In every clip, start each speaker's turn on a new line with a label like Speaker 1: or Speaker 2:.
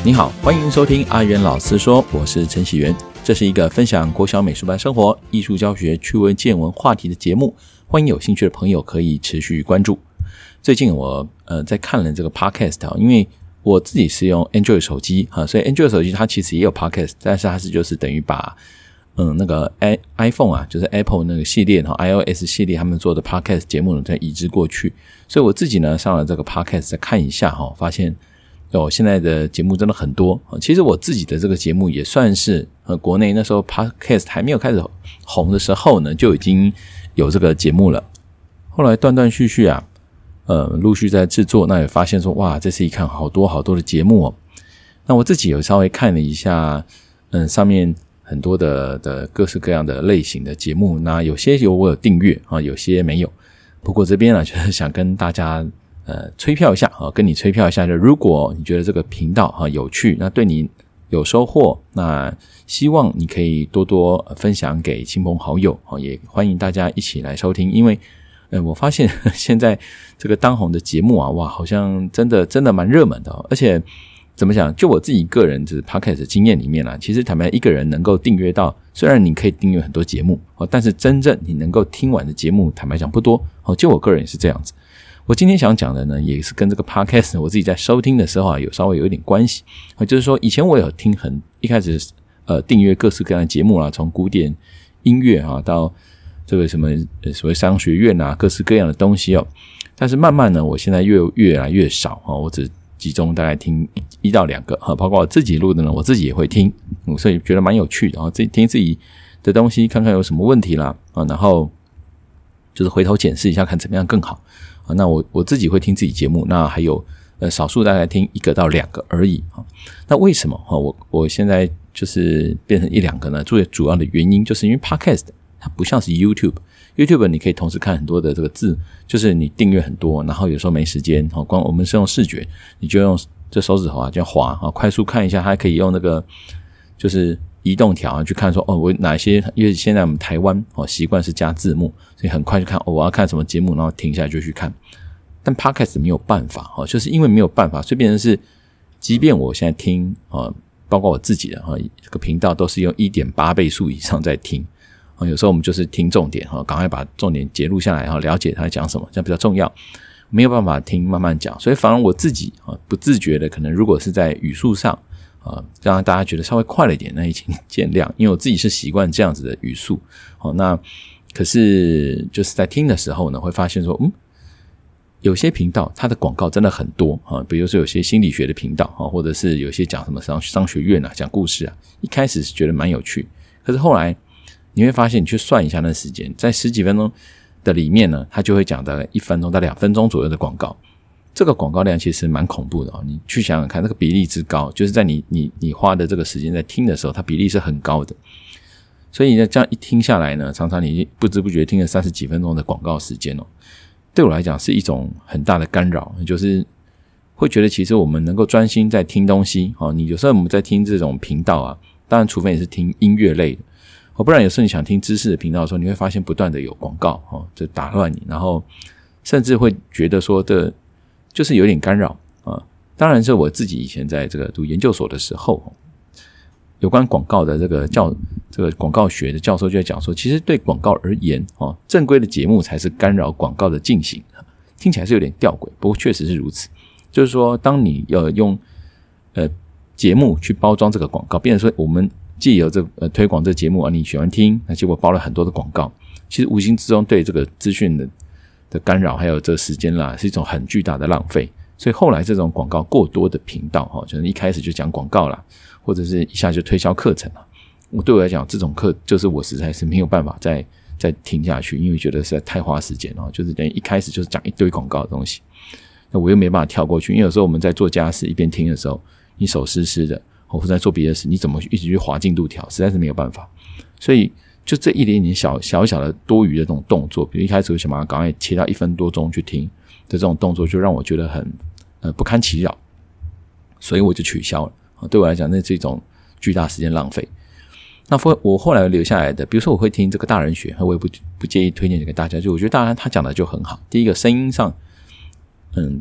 Speaker 1: 你好，欢迎收听阿元老师说，我是陈喜元。这是一个分享国小美术班生活、艺术教学、趣味见闻话题的节目，欢迎有兴趣的朋友可以持续关注。最近我在看了这个 podcast， 因为我自己是用 Android 手机所以 Android 手机它其实也有 podcast， 但是它是就是等于把那个 iPhone 就是 Apple 那个系列iOS 系列他们做的 podcast 节目呢再移植过去，所以我自己呢上了这个 podcast 再看一下发现现在的节目真的很多。其实我自己的这个节目也算是国内那时候 podcast 还没有开始红的时候呢就已经有这个节目了，后来断断续续陆续在制作，那也发现说哇，这次一看好多好多的节目那我自己有稍微看了一下上面很多的各式各样的类型的节目，那有些我有订阅有些没有。不过这边呢就是想跟大家吹票一下跟你吹票一下，就如果你觉得这个频道有趣，那对你有收获，那希望你可以多多分享给亲朋好友也欢迎大家一起来收听。因为我发现现在这个当红的节目哇，好像真的蛮热门的而且怎么讲，就我自己个人的 podcast 的经验里面其实坦白一个人能够订阅到，虽然你可以订阅很多节目但是真正你能够听完的节目坦白讲不多就我个人也是这样子。我今天想讲的呢也是跟这个 podcast 我自己在收听的时候有稍微有一点关系就是说以前我有听一开始订阅各式各样的节目从古典音乐到这个什么所谓商学院各式各样的东西但是慢慢呢我现在越来越少我只集中大概听1到2个包括我自己录的呢我自己也会听所以觉得蛮有趣的自己听自己的东西看看有什么问题啦然后就是回头检视一下看怎么样更好那我自己会听自己节目，那还有少数大概听1个到2个而已那为什么我现在就是变成1、2个呢？最主要的原因就是因为 podcast 它不像是 YouTube 你可以同时看很多的这个字，就是你订阅很多，然后有时候没时间光我们是用视觉，你就用这手指头这样滑快速看一下，还可以用那个就是移动条去看说我哪些，因为现在我们台湾习惯是加字幕，所以很快就看我要看什么节目，然后停下来就去看。但 podcast 没有办法就是因为没有办法，所以变成是即便我现在听包括我自己的这个频道都是用 1.8 倍速以上在听有时候我们就是听重点赶快把重点截录下来了解他在讲什么，这样比较重要，没有办法听慢慢讲，所以反而我自己不自觉的可能如果是在语速上让大家觉得稍微快了一点，那也请见谅，因为我自己是习惯这样子的语速那可是就是在听的时候呢会发现说有些频道它的广告真的很多比如说有些心理学的频道或者是有些讲什么商学院讲故事一开始是觉得蛮有趣，可是后来你会发现你去算一下那时间，在10几分钟的里面呢它就会讲大概1分钟到2分钟左右的广告，这个广告量其实蛮恐怖的你去想想看，那个比例之高，就是在你花的这个时间在听的时候，它比例是很高的。所以呢，这样一听下来呢，常常你不知不觉听了30几分钟的广告时间对我来讲是一种很大的干扰，就是会觉得其实我们能够专心在听东西你有时候我们在听这种频道当然除非你是听音乐类的不然有时候你想听知识的频道的时候，你会发现不断的有广告就打乱你，然后甚至会觉得说就是有点干扰当然是我自己以前在这个读研究所的时候有关广告的这个广告学的教授就在讲说，其实对广告而言正规的节目才是干扰广告的进行，听起来是有点吊诡，不过确实是如此。就是说当你要用节目去包装这个广告，变成说我们既有推广这个节目你喜欢听，那结果包了很多的广告，其实无形之中对这个资讯的干扰还有这个时间是一种很巨大的浪费。所以后来这种广告过多的频道就是一开始就讲广告啦，或者是一下就推销课程对我来讲这种课就是我实在是没有办法再听下去，因为觉得实在太花时间就是等于一开始就是讲一堆广告的东西，那我又没办法跳过去，因为有时候我们在做家事一边听的时候你手湿湿的或者在做别的事，你怎么一直去滑进度条，实在是没有办法。所以就这一点点小的多余的这种动作，比如一开始我想把它赶快切到1分多钟去听的这种动作，就让我觉得很不堪其扰，所以我就取消了对我来讲那是一种巨大时间浪费。那我后来留下来的，比如说我会听这个大人学，我也不介意推荐给大家，就我觉得大人他讲的就很好。第一个声音上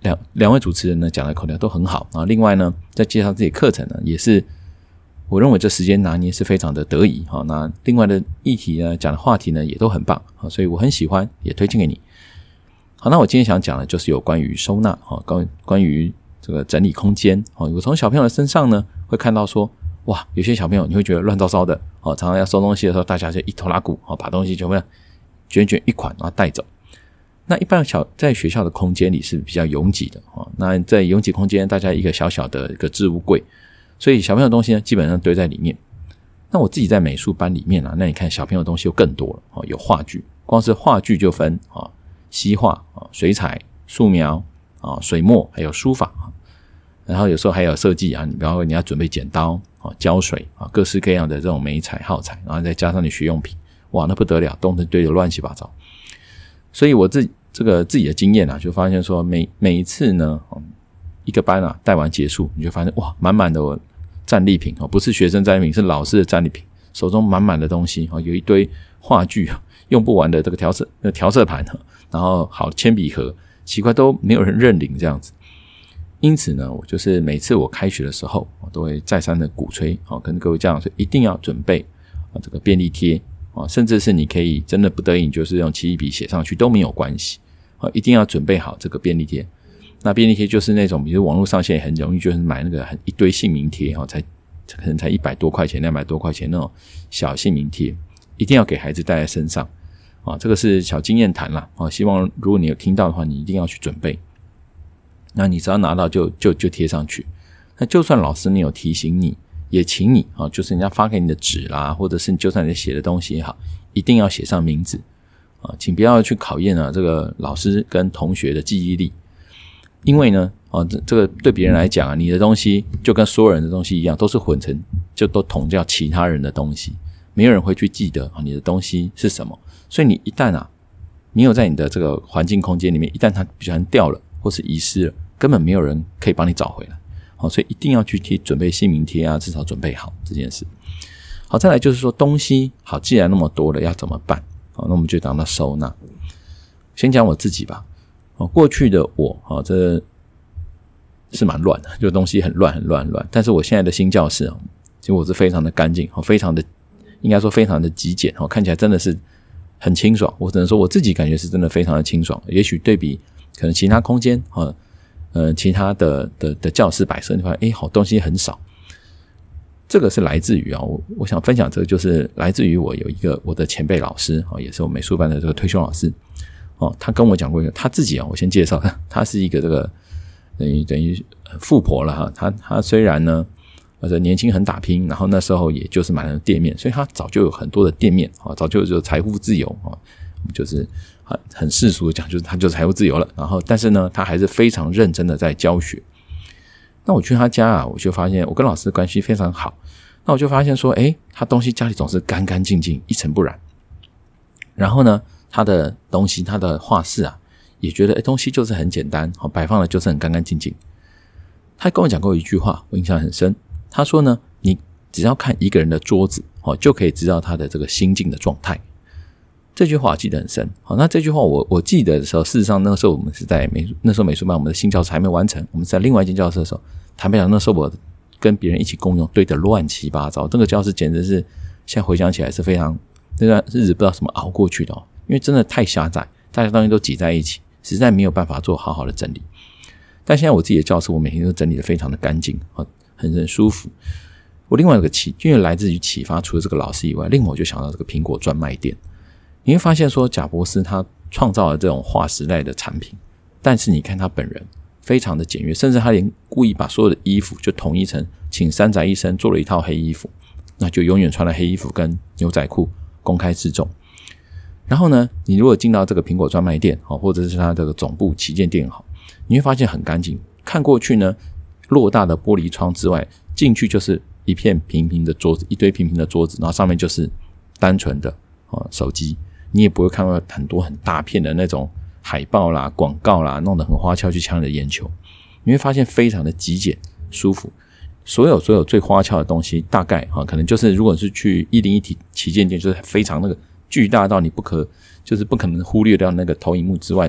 Speaker 1: 两位主持人呢讲的口条都很好啊。另外呢，在介绍自己课程呢，也是我认为这时间拿捏是非常的得宜哈。那另外的议题呢，讲的话题呢也都很棒啊，所以我很喜欢，也推荐给你。好，那我今天想讲的就是有关于收纳啊，关于这个整理空间啊。我从小朋友的身上呢会看到说，哇，有些小朋友你会觉得乱糟糟的啊，常常要收东西的时候，大家就一头拉骨啊，把东西全部卷一款然后带走。那一般在学校的空间里是比较拥挤的啊，那在拥挤空间，大家一个小小的一个置物柜，所以小朋友的东西呢基本上堆在里面。那我自己在美术班里面啊，那你看小朋友的东西又更多了，有画具，光是画具就分西画、水彩、素描、水墨，还有书法。然后有时候还有设计啊，比方说你要准备剪刀、胶水啊，各式各样的这种媒材耗材，然后再加上你学用品，哇，那不得了，东西堆得乱七八糟。所以我自己的经验啊，就发现说每一次呢，一个班啊带完结束，你就发现哇，满满的战利品，不是学生战利品，是老师的战利品，手中满满的东西，有一堆画具，用不完的这个调色盘，然后好铅笔盒，奇怪都没有人认领这样子。因此呢，我就是每次我开学的时候，我都会再三的鼓吹，跟各位家长说一定要准备这个便利贴，甚至是你可以真的不得已就是用奇异笔写上去都没有关系，一定要准备好这个便利贴。那便利贴就是那种比如网络上现在很容易就是买那个一堆姓名贴，可能才100多块钱200多块钱那种小姓名贴，一定要给孩子带在身上。这个是小经验谈啦，希望如果你有听到的话，你一定要去准备。那你只要拿到就贴上去。那就算老师没有提醒你，也请你就是人家发给你的纸啦，或者是你就算你写的东西也好，一定要写上名字请不要去考验这个老师跟同学的记忆力。因为呢这个对别人来讲你的东西就跟所有人的东西一样，都是混成，就都统叫其他人的东西，没有人会去记得你的东西是什么。所以你一旦没有在你的这个环境空间里面，一旦它不小心掉了或是遗失了，根本没有人可以帮你找回来。所以一定要去准备姓名贴啊，至少准备好这件事。好，再来就是说东西好，既然那么多了要怎么办？那我们就讲到收纳。先讲我自己吧。过去的我这是蛮乱的，就东西很乱。但是我现在的新教室其实我是非常的干净，非常的应该说非常的极简，看起来真的是很清爽。我只能说我自己感觉是真的非常的清爽。也许对比可能其他空间其他的教室摆设，你发现好东西很少。这个是来自于我想分享这个就是来自于我有一个我的前辈老师也是我美术班的这个退休老师他跟我讲过一个他自己我先介绍他是一个这个等于富婆了他虽然呢年轻很打拼，然后那时候也就是买了店面，所以他早就有很多的店面早就有财富自由就是很世俗的讲，就是他就财富自由了。然后但是呢他还是非常认真的在教学。那我去他家我就发现我跟老师的关系非常好。那我就发现说他东西家里总是干干净净，一尘不染。然后呢他的东西他的画室也觉得东西就是很简单摆放的就是很干干净净。他跟我讲过一句话我印象很深，他说呢你只要看一个人的桌子就可以知道他的这个心境的状态。这句话我记得很深。那这句话我记得的时候，事实上那个时候我们是在那时候美术班我们的新教室还没完成，我们在另外一间教室的时候，坦白讲那时候我跟别人一起共用，堆得乱七八糟。这个教室简直是现在回想起来是非常那段日子不知道怎么熬过去的因为真的太狭窄，大家东西都挤在一起，实在没有办法做好好的整理。但现在我自己的教室我每天都整理得非常的干净很舒服。我另外有个因为来自于启发，除了这个老师以外，另外我就想到这个苹果专卖店。你会发现说贾伯斯他创造了这种划时代的产品，但是你看他本人非常的简约，甚至他连故意把所有的衣服就统一成请山宅医生做了一套黑衣服，那就永远穿了黑衣服跟牛仔裤公开示众。然后呢你如果进到这个苹果专卖店或者是他这个总部旗舰店你会发现很干净，看过去呢偌大的玻璃窗之外，进去就是一片平平的桌子，一堆平平的桌子，然后上面就是单纯的手机，你也不会看到很多很大片的那种海报啦广告啦弄得很花俏去抢你的眼球。你会发现非常的极简舒服。所有最花俏的东西大概可能就是如果是去101旗舰店，就是非常那个巨大到你不可能忽略掉那个投影幕之外，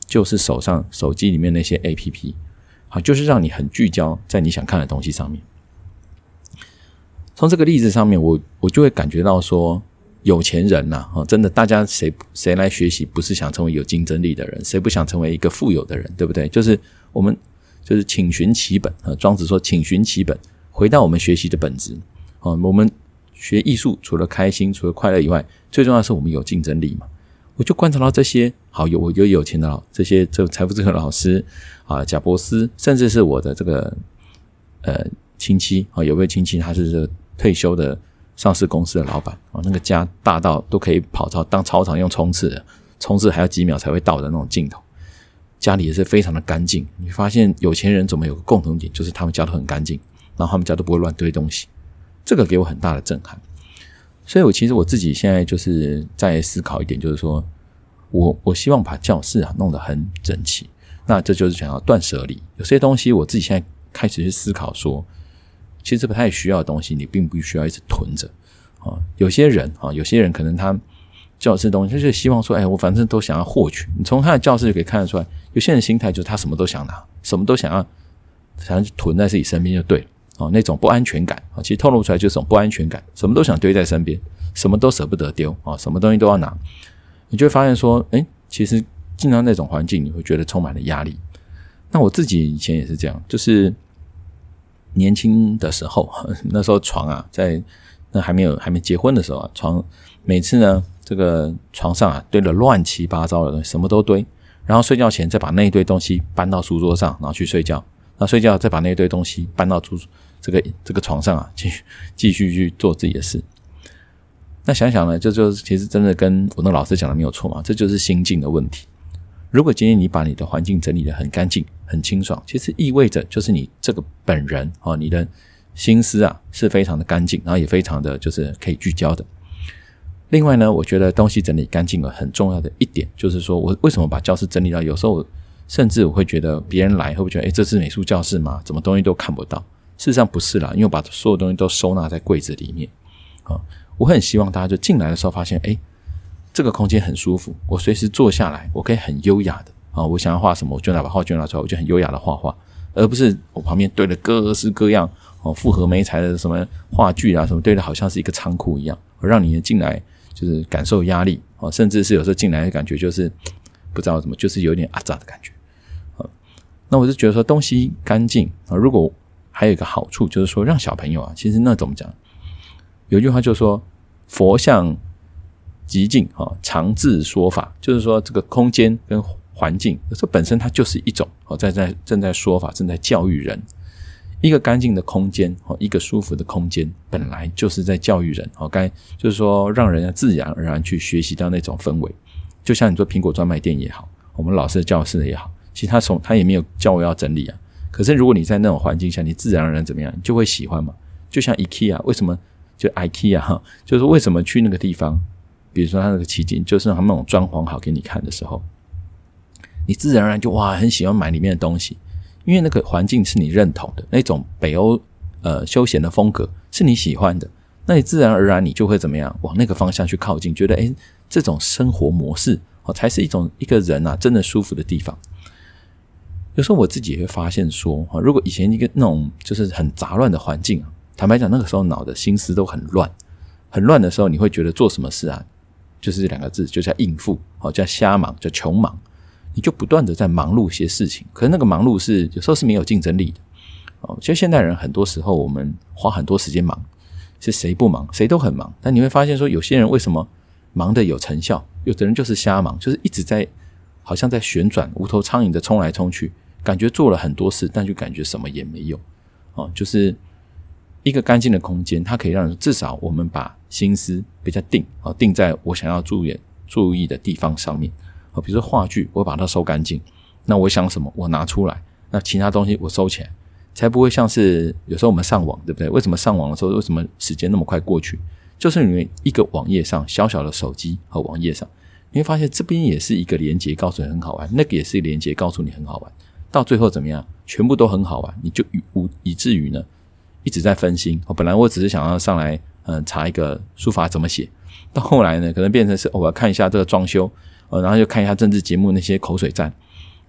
Speaker 1: 就是手机里面那些 APP， 好，就是让你很聚焦在你想看的东西上面。从这个例子上面，我就会感觉到说，有钱人真的大家谁来学习不是想成为有竞争力的人，谁不想成为一个富有的人，对不对？就是我们就是请寻其本，庄子说请寻其本，回到我们学习的本质。我们学艺术除了开心除了快乐以外，最重要的是我们有竞争力嘛。我就观察到这些有钱的这些财富自由的老师贾伯斯，甚至是我的这个亲戚有位亲戚他是这个退休的上市公司的老板那个家大到都可以跑当操场用冲刺的，冲刺还要几秒才会到的那种镜头，家里也是非常的干净。你发现有钱人怎么有个共同点，就是他们家都很干净，然后他们家都不会乱堆东西，这个给我很大的震撼。所以其实我自己现在就是在思考一点，就是说我希望把教室弄得很整齐，那这就是想要断舍离。有些东西我自己现在开始去思考说，其实不太需要的东西你并不需要一直囤着有些人可能他教室的东西就是希望说我反正都想要获取，你从他的教室就可以看得出来，有些人心态就是他什么都想拿，什么都想要囤在自己身边就对了那种不安全感其实透露出来就是种不安全感，什么都想堆在身边，什么都舍不得丢什么东西都要拿，你就会发现说其实进到那种环境你会觉得充满了压力。那我自己以前也是这样，就是年轻的时候那时候床在那还没结婚的时候床每次呢这个床上堆了乱七八糟的东西，什么都堆，然后睡觉前再把那一堆东西搬到书桌上，然后去睡觉，然后睡觉再把那一堆东西搬到这个床上继续去做自己的事。那想想呢，就是其实真的跟我那老师讲的没有错嘛，这就是心境的问题。如果今天你把你的环境整理得很干净很清爽，其实意味着就是你这个本人你的心思是非常的干净，然后也非常的就是可以聚焦的。另外呢，我觉得东西整理干净了很重要的一点就是说，我为什么把教室整理到有时候甚至我会觉得别人来会不会觉得这是美术教室吗？怎么东西都看不到？事实上不是啦，因为我把所有东西都收纳在柜子里面我很希望大家就进来的时候发现这个空间很舒服，我随时坐下来我可以很优雅的我想要画什么我就把画卷拿出来，我就很优雅的画画，而不是我旁边堆了各式各样复合媒材的什么画具什么堆的好像是一个仓库一样，让你进来就是感受压力甚至是有时候进来的感觉就是不知道怎么就是有点阿杂的感觉那我就觉得说东西干净如果还有一个好处就是说让小朋友其实那怎么讲，有一句话就是说佛像极静常自说法，就是说这个空间跟环境这本身它就是一种正在说法，正在教育人。一个干净的空间一个舒服的空间本来就是在教育人就是说让人自然而然去学习到那种氛围。就像你做苹果专卖店也好，我们老师的教室也好，其实他也没有教我要整理可是如果你在那种环境下你自然而然怎么样，你就会喜欢嘛。就像 IKEA 为什么就 IKEA 就是为什么去那个地方，比如说他那个奇景就是他们那种装潢好给你看的时候，你自然而然就很喜欢买里面的东西，因为那个环境是你认同的，那种北欧休闲的风格是你喜欢的，那你自然而然你就会怎么样往那个方向去靠近，觉得这种生活模式才是一个人真的舒服的地方。有时候我自己也会发现说如果以前一个那种就是很杂乱的环境坦白讲那个时候脑的心思都很乱，很乱的时候你会觉得做什么事就是这两个字，就叫应付叫瞎忙，叫穷忙，你就不断的在忙碌些事情，可是那个忙碌是有时候是没有竞争力的其实现代人很多时候我们花很多时间忙，是谁不忙？谁都很忙，但你会发现说有些人为什么忙的有成效，有的人就是瞎忙，就是一直在好像在旋转，无头苍蝇的冲来冲去，感觉做了很多事，但就感觉什么也没有就是一个干净的空间，它可以让人至少我们把心思比较定在我想要注意的地方上面比如说话剧我把它收干净，那我想什么我拿出来，那其他东西我收起来，才不会像是有时候我们上网对不对？为什么上网的时候为什么时间那么快过去，就是因为一个网页上小小的手机和网页上，你会发现这边也是一个连结告诉你很好玩，那个也是连结告诉你很好玩，到最后怎么样全部都很好玩，你就以至于呢一直在分心本来我只是想要上来查一个书法怎么写，到后来呢可能变成是我要看一下这个装修然后就看一下政治节目那些口水战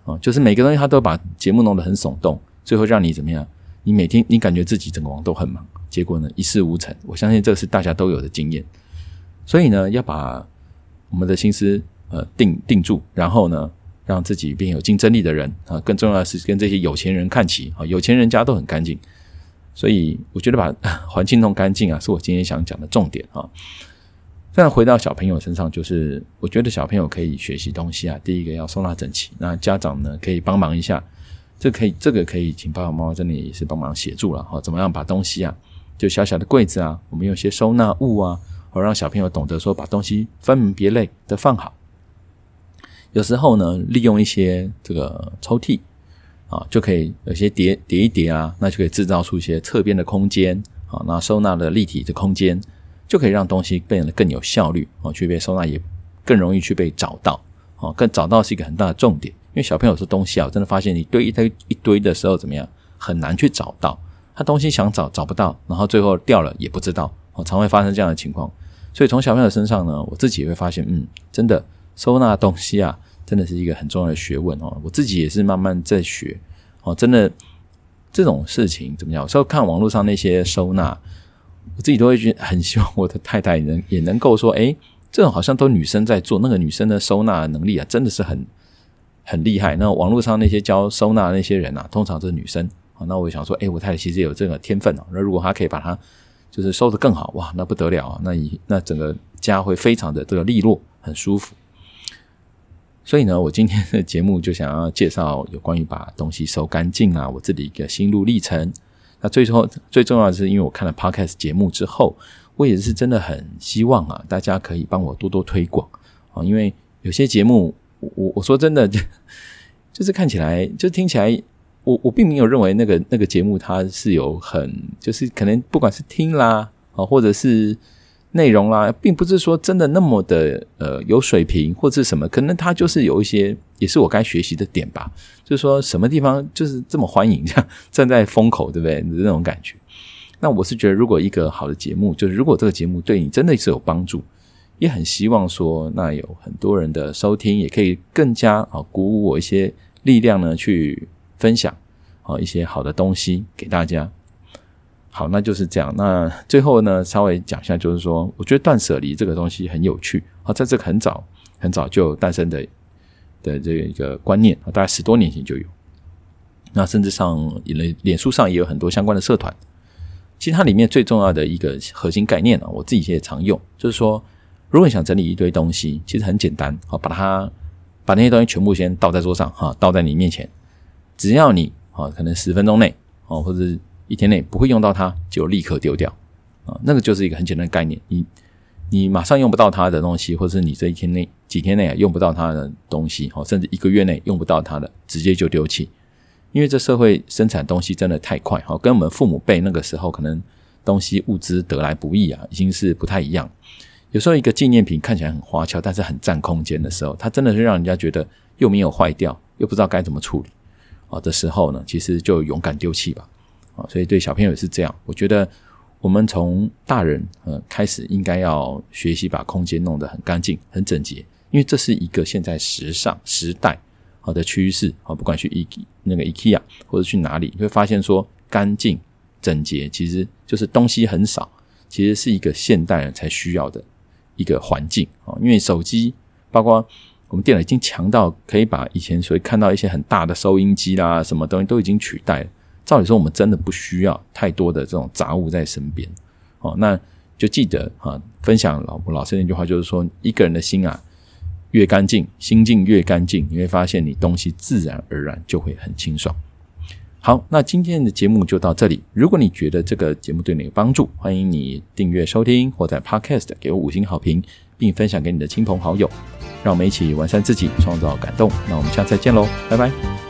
Speaker 1: 就是每个东西它都把节目弄得很耸动，最后让你怎么样？你每天你感觉自己整个网都很忙，结果呢一事无成。我相信这个是大家都有的经验。所以呢，要把我们的心思定住，然后呢，让自己变有竞争力的人更重要的是跟这些有钱人看齐有钱人家都很干净。所以我觉得把环境弄干净是我今天想讲的重点但回到小朋友身上，就是我觉得小朋友可以学习东西第一个要收纳整齐，那家长呢可以帮忙一下，这个可以请爸爸妈妈真的也是帮忙协助了怎么样把东西就小小的柜子我们用一些收纳物让小朋友懂得说把东西分门别类的放好。有时候呢，利用一些这个抽屉就可以有些叠一叠那就可以制造出一些侧边的空间那收纳的立体的空间，就可以让东西变得更有效率去被收纳，也更容易去被找到更找到是一个很大的重点。因为小朋友说东西真的发现你堆一堆的时候怎么样，很难去找到，他东西想找不到，然后最后掉了也不知道常会发生这样的情况。所以从小朋友身上呢，我自己也会发现真的收纳东西真的是一个很重要的学问我自己也是慢慢在学真的这种事情怎么样？有时候看网络上那些收纳，我自己都会觉得很希望我的太太也能够说这种好像都女生在做，那个女生的收纳能力真的是很厉害。那网络上那些教收纳的那些人通常是女生那我想说我太太其实有这个天分那如果她可以把它就是收得更好，哇，那不得了那整个家会非常的这个利落，很舒服。所以呢，我今天的节目就想要介绍有关于把东西收干净我自己一个心路历程。那最重要的是，因为我看了 Podcast 节目之后，我也是真的很希望大家可以帮我多多推广因为有些节目我说真的就是看起来就听起来我并没有认为那个节目它是有就是可能不管是听啦或者是内容啦，并不是说真的那么的有水平或者是什么，可能它就是有一些也是我该学习的点吧，就是说什么地方就是这么欢迎，这样站在风口，对不对？那种感觉。那我是觉得如果一个好的节目，就是如果这个节目对你真的是有帮助，也很希望说那有很多人的收听，也可以更加鼓舞我一些力量呢，去分享一些好的东西给大家。好，那就是这样。那最后呢，稍微讲一下，就是说我觉得断舍离这个东西很有趣在这个很早就诞生的这个观念大概10多年前就有。那甚至脸书上也有很多相关的社团。其实它里面最重要的一个核心概念我自己也常用，就是说如果你想整理一堆东西，其实很简单把那些东西全部先倒在桌上倒在你面前，只要你可能10分钟内或者1天内不会用到它，就立刻丢掉那个就是一个很简单的概念。你马上用不到它的东西，或者是你这几天内用不到它的东西甚至1个月内用不到它的，直接就丢弃。因为这社会生产东西真的太快跟我们父母辈那个时候可能东西物资得来不易已经是不太一样。有时候一个纪念品看起来很花俏，但是很占空间的时候，它真的是让人家觉得又没有坏掉，又不知道该怎么处理的时候呢，其实就勇敢丢弃吧所以对小朋友也是这样。我觉得我们从大人开始应该要学习把空间弄得很干净很整洁，因为这是一个现在时代的趋势不管去那个 IKEA 或者去哪里，你会发现说干净整洁其实就是东西很少，其实是一个现代人才需要的一个环境因为手机包括我们电脑已经强到可以把以前所谓看到一些很大的收音机啦什么东西都已经取代了。照理说我们真的不需要太多的这种杂物在身边那就记得分享老师那句话，就是说一个人的心越干净，心境越干净，你会发现你东西自然而然就会很清爽。好，那今天的节目就到这里。如果你觉得这个节目对你有帮助，欢迎你订阅收听，或在 Podcast 给我5星好评，并分享给你的亲朋好友。让我们一起完善自己，创造感动。那我们下次再见咯，拜拜。